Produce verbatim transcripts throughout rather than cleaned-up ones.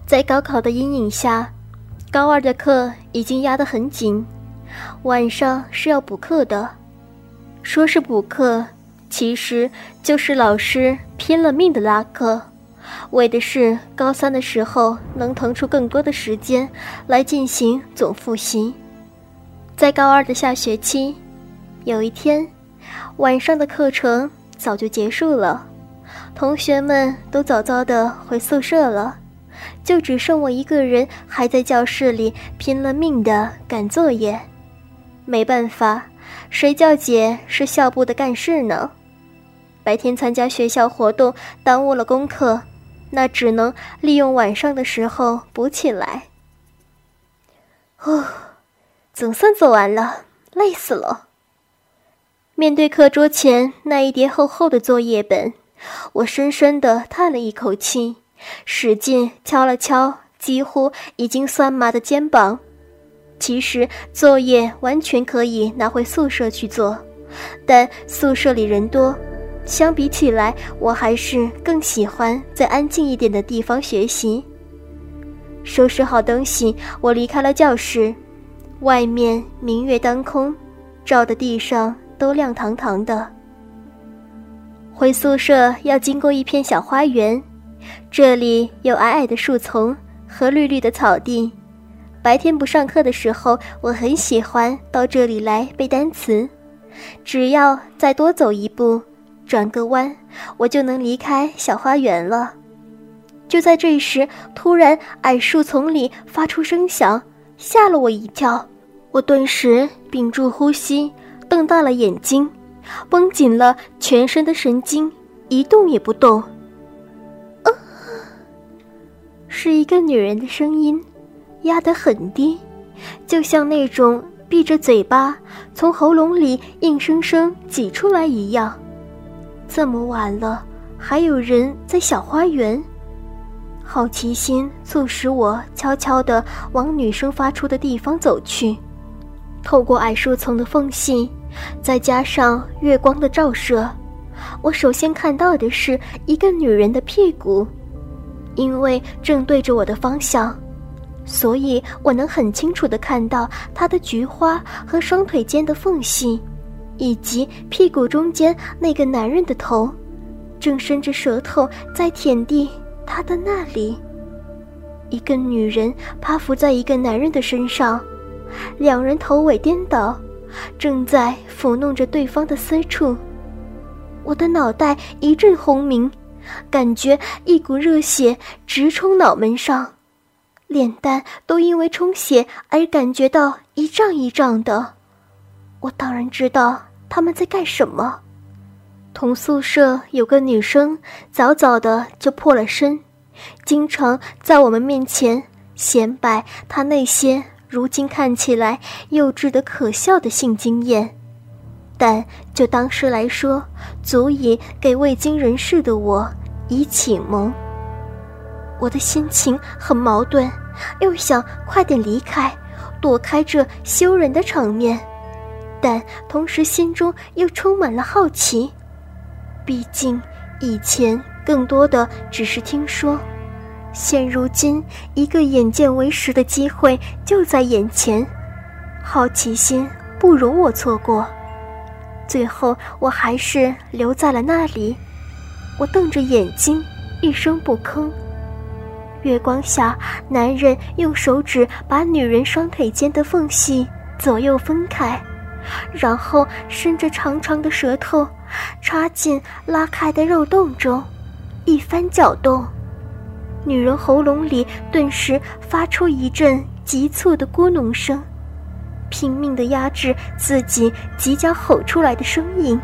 在高考的阴影下，高二的课已经压得很紧，晚上是要补课的。说是补课，其实就是老师拼了命的拉课，为的是高三的时候能腾出更多的时间来进行总复习。在高二的下学期，有一天晚上的课程早就结束了，同学们都早早地回宿舍了，就只剩我一个人还在教室里拼了命地赶作业。没办法，谁叫姐是校部的干事呢？白天参加学校活动耽误了功课，那只能利用晚上的时候补起来。呼，总算做完了，累死了。面对课桌前那一叠厚厚的作业本，我深深地叹了一口气，使劲敲了敲几乎已经酸麻的肩膀。其实作业完全可以拿回宿舍去做，但宿舍里人多，相比起来，我还是更喜欢在安静一点的地方学习。收拾好东西，我离开了教室。外面明月当空，照得地上都亮堂堂的。回宿舍要经过一片小花园，这里有矮矮的树丛和绿绿的草地。白天不上课的时候，我很喜欢到这里来背单词。只要再多走一步，转个弯，我就能离开小花园了。就在这时，突然矮树丛里发出声响，吓了我一跳。我顿时屏住呼吸，瞪大了眼睛，绷紧了全身的神经，一动也不动。啊，是一个女人的声音，压得很低，就像那种闭着嘴巴从喉咙里硬生生挤出来一样。这么晚了，还有人在小花园？好奇心促使我悄悄地往女生发出的地方走去。透过矮树丛的缝隙，再加上月光的照射，我首先看到的是一个女人的屁股。因为正对着我的方向，所以我能很清楚地看到她的菊花和双腿间的缝隙，以及屁股中间那个男人的头，正伸着舌头在舔舐他的那里。一个女人趴伏在一个男人的身上，两人头尾颠倒，正在抚弄着对方的私处。我的脑袋一阵轰鸣，感觉一股热血直冲脑门上，脸蛋都因为充血而感觉到一胀一胀的。我当然知道他们在干什么。同宿舍有个女生早早的就破了身，经常在我们面前显摆她那些如今看起来幼稚的可笑的性经验，但就当时来说，足以给未经人事的我以启蒙。我的心情很矛盾，又想快点离开，躲开这羞人的场面，但同时心中又充满了好奇。毕竟以前更多的只是听说，现如今一个眼见为实的机会就在眼前，好奇心不容我错过。最后我还是留在了那里，我瞪着眼睛一声不吭。月光下，男人用手指把女人双腿间的缝隙左右分开，然后伸着长长的舌头插进拉开的肉洞中，一番搅动。女人喉咙里顿时发出一阵急促的咕哝声，拼命地压制自己即将吼出来的声音。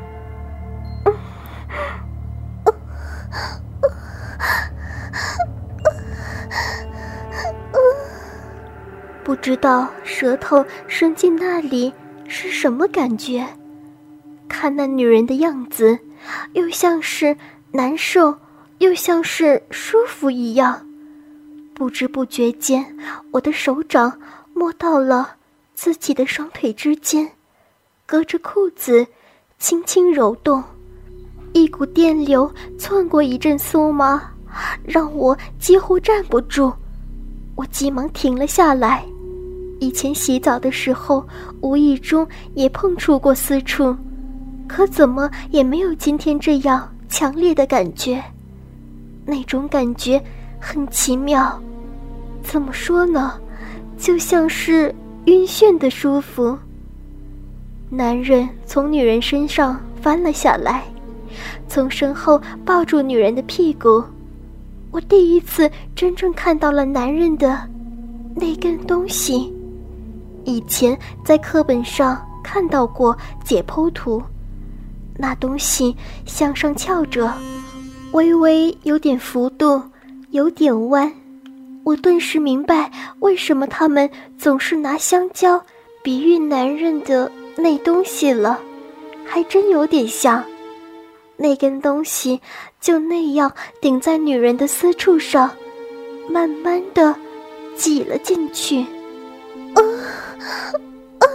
不知道舌头伸进那里是什么感觉，看那女人的样子，又像是难受，又像是舒服一样。不知不觉间，我的手掌摸到了自己的双腿之间，隔着裤子轻轻揉动，一股电流窜过一阵酥麻， 让我几乎站不住。我急忙停了下来。以前洗澡的时候，无意中也碰触过私处，可怎么也没有今天这样强烈的感觉。那种感觉很奇妙，怎么说呢？就像是晕眩的舒服。男人从女人身上翻了下来，从身后抱住女人的屁股。我第一次真正看到了男人的那根东西。以前在课本上看到过解剖图，那东西向上翘着，微微有点幅度，有点弯。我顿时明白为什么他们总是拿香蕉比喻男人的那东西了，还真有点像。那根东西就那样顶在女人的私处上，慢慢地挤了进去。啊啊！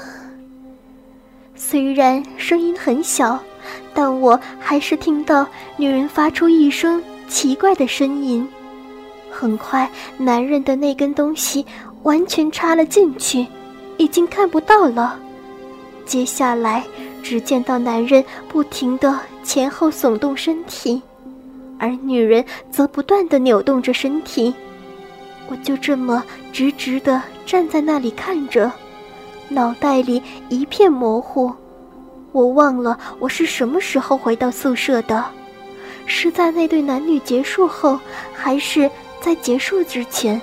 虽然声音很小，但我还是听到女人发出一声奇怪的呻吟。很快，男人的那根东西完全插了进去，已经看不到了。接下来只见到男人不停地前后耸动身体，而女人则不断地扭动着身体。我就这么直直地站在那里看着，脑袋里一片模糊。我忘了我是什么时候回到宿舍的，是在那对男女结束后，还是在结束之前。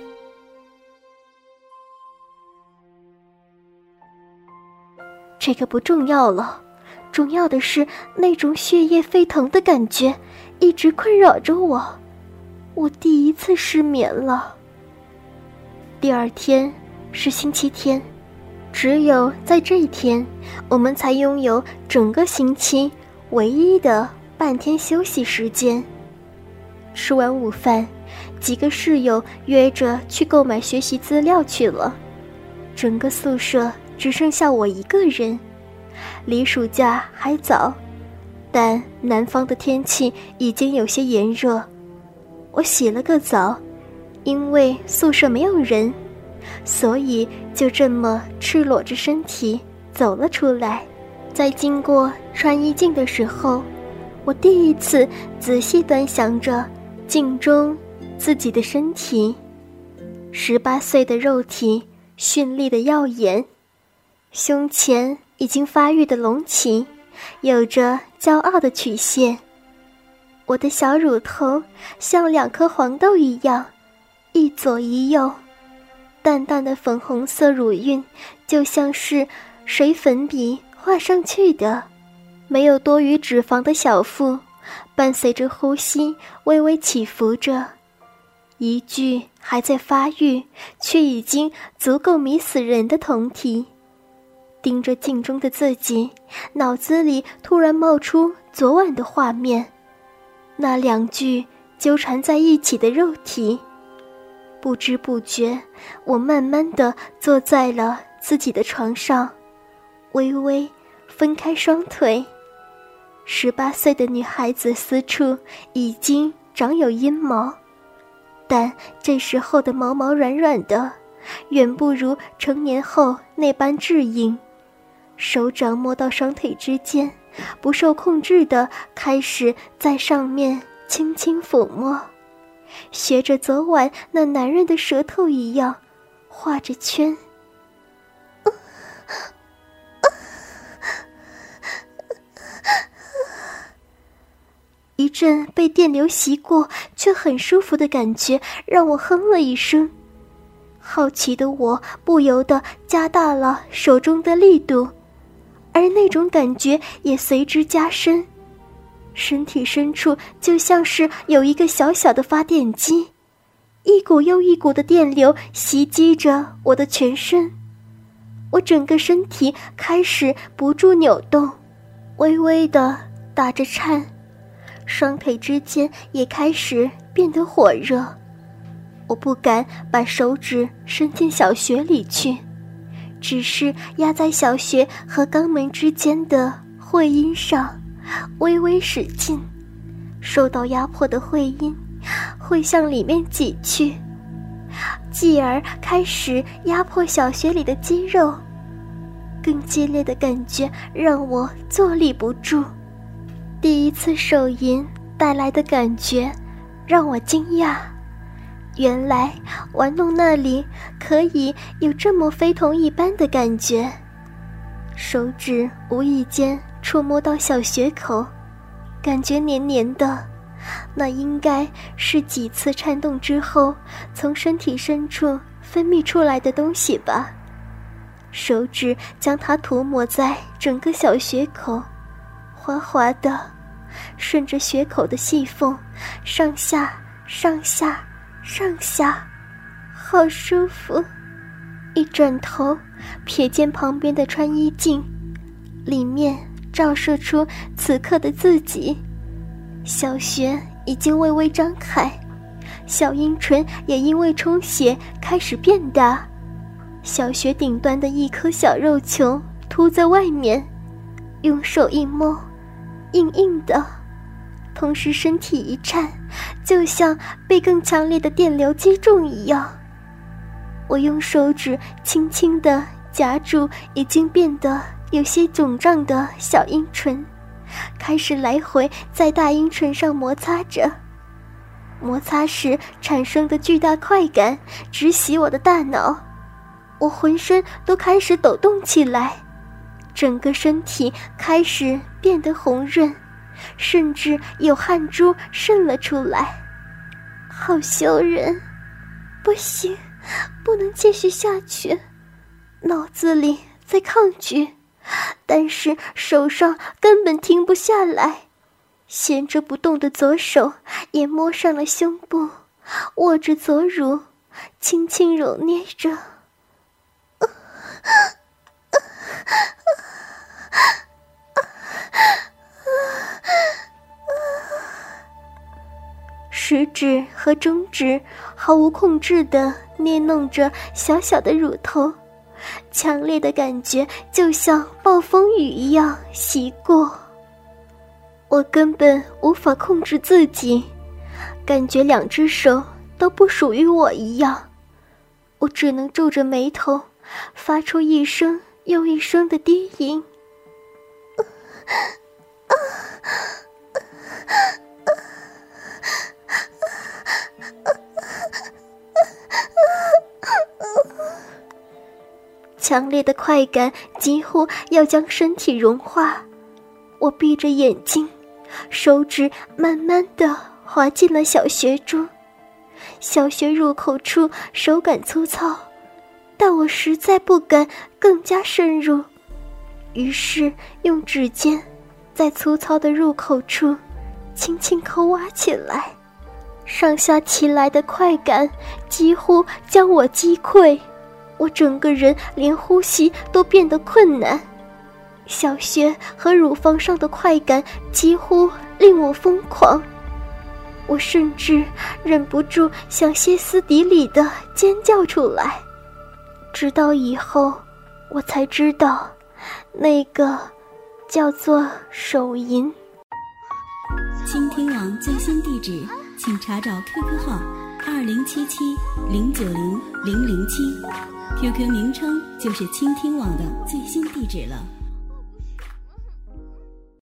这个不重要了，重要的是那种血液沸腾的感觉一直困扰着我。我第一次失眠了。第二天是星期天，只有在这一天，我们才拥有整个星期唯一的半天休息时间。吃完午饭，几个室友约着去购买学习资料去了，整个宿舍只剩下我一个人。离暑假还早，但南方的天气已经有些炎热。我洗了个澡，因为宿舍没有人，所以就这么赤裸着身体走了出来。在经过穿衣镜的时候，我第一次仔细端详着镜中自己的身体。十八岁的肉体绚丽的耀眼，胸前已经发育的隆起，有着骄傲的曲线。我的小乳头像两颗黄豆一样，一左一右，淡淡的粉红色乳晕就像是水粉笔画上去的。没有多余脂肪的小腹伴随着呼吸微微起伏着，一具还在发育却已经足够迷死人的酮体。盯着镜中的自己，脑子里突然冒出昨晚的画面，那两具纠缠在一起的肉体。不知不觉，我慢慢地坐在了自己的床上，微微分开双腿。十八岁的女孩子私处已经长有阴毛，但这时候的毛毛软软的，远不如成年后那般稚硬。手掌摸到双腿之间，不受控制地开始在上面轻轻抚摸，学着昨晚那男人的舌头一样画着圈。一阵被电流袭过却很舒服的感觉让我哼了一声。好奇的我不由得加大了手中的力度，而那种感觉也随之加深。身体深处就像是有一个小小的发电机，一股又一股的电流袭击着我的全身。我整个身体开始不住扭动，微微地打着颤，双腿之间也开始变得火热。我不敢把手指伸进小穴里去，只是压在小穴和肛门之间的会阴上，微微使劲。受到压迫的会阴会向里面挤去，继而开始压迫小穴里的肌肉。更激烈的感觉让我坐立不住。第一次手淫带来的感觉让我惊讶，原来玩弄那里可以有这么非同一般的感觉。手指无意间触摸到小穴口，感觉黏黏的，那应该是几次颤动之后从身体深处分泌出来的东西吧。手指将它涂抹在整个小穴口，滑滑的顺着穴口的细缝上下上下上下，好舒服。一转头瞥见旁边的穿衣镜，里面照射出此刻的自己，小穴已经微微张开，小阴唇也因为充血开始变大，小穴顶端的一颗小肉球凸在外面，用手一摸，硬硬的，同时身体一颤，就像被更强烈的电流击中一样。我用手指轻轻地夹住已经变得有些肿胀的小阴唇，开始来回在大阴唇上摩擦着。摩擦时产生的巨大快感直袭我的大脑，我浑身都开始抖动起来，整个身体开始变得红润，甚至有汗珠渗了出来。好羞人，不行，不能继续下去。脑子里在抗拒，但是手上根本停不下来。闲着不动的左手也摸上了胸部，握着左乳，轻轻揉捏着。食指和中指毫无控制地捏弄着小小的乳头，强烈的感觉就像暴风雨一样袭过。我根本无法控制自己，感觉两只手都不属于我一样，我只能皱着眉头，发出一声又一声的低吟。强烈的快感几乎要将身体融化，我闭着眼睛，手指慢慢地滑进了小穴中。小穴入口处手感粗糙，但我实在不敢更加深入，于是用指尖在粗糙的入口处轻轻抠挖起来。上下起来的快感几乎将我击溃，我整个人连呼吸都变得困难。小穴和乳房上的快感几乎令我疯狂，我甚至忍不住想歇斯底里地尖叫出来。直到以后我才知道，那个叫做手淫。 倾听网最新地址，请查找 Q Q 号二零七七零九零零零七 ，Q Q 名称就是倾听网的最新地址了。